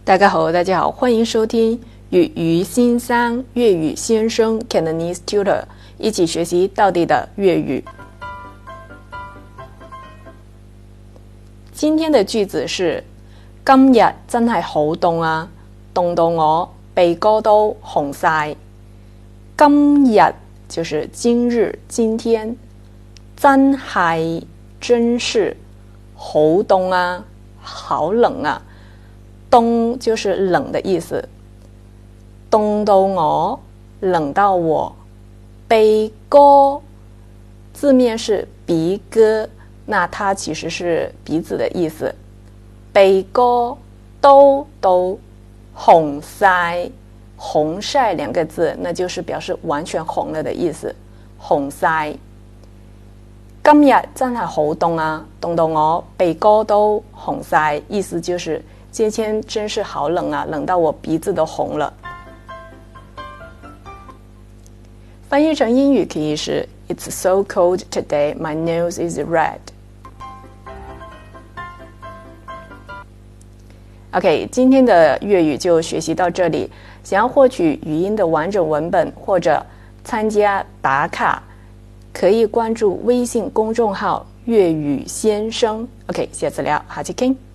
大家好，欢迎收听与于新三粤语先生 Cantonese Tutor 一起学习道地的粤语。今天的句子是：今日真係好凍啊，凍到我鼻哥都紅晒。今日就是今日，今天，真係真是好凍啊，好冷啊。凍就是冷的意思，凍到我，冷到我。鼻哥字面是鼻哥，那它其实是鼻子的意思。鼻哥都紅晒，紅晒兩個字，那就是表示完全紅了的意思，紅晒。今日真係好凍啊，凍到我鼻哥都紅晒，意思就是今天真是好冷啊，冷到我鼻子都红了。翻译成英语可以是 It's so cold today, my nose is red. OK， 今天的粤语就学习到这里。想要获取语音的完整文本或者参加打卡，可以关注微信公众号粤语先生。OK， 下次聊，下期见。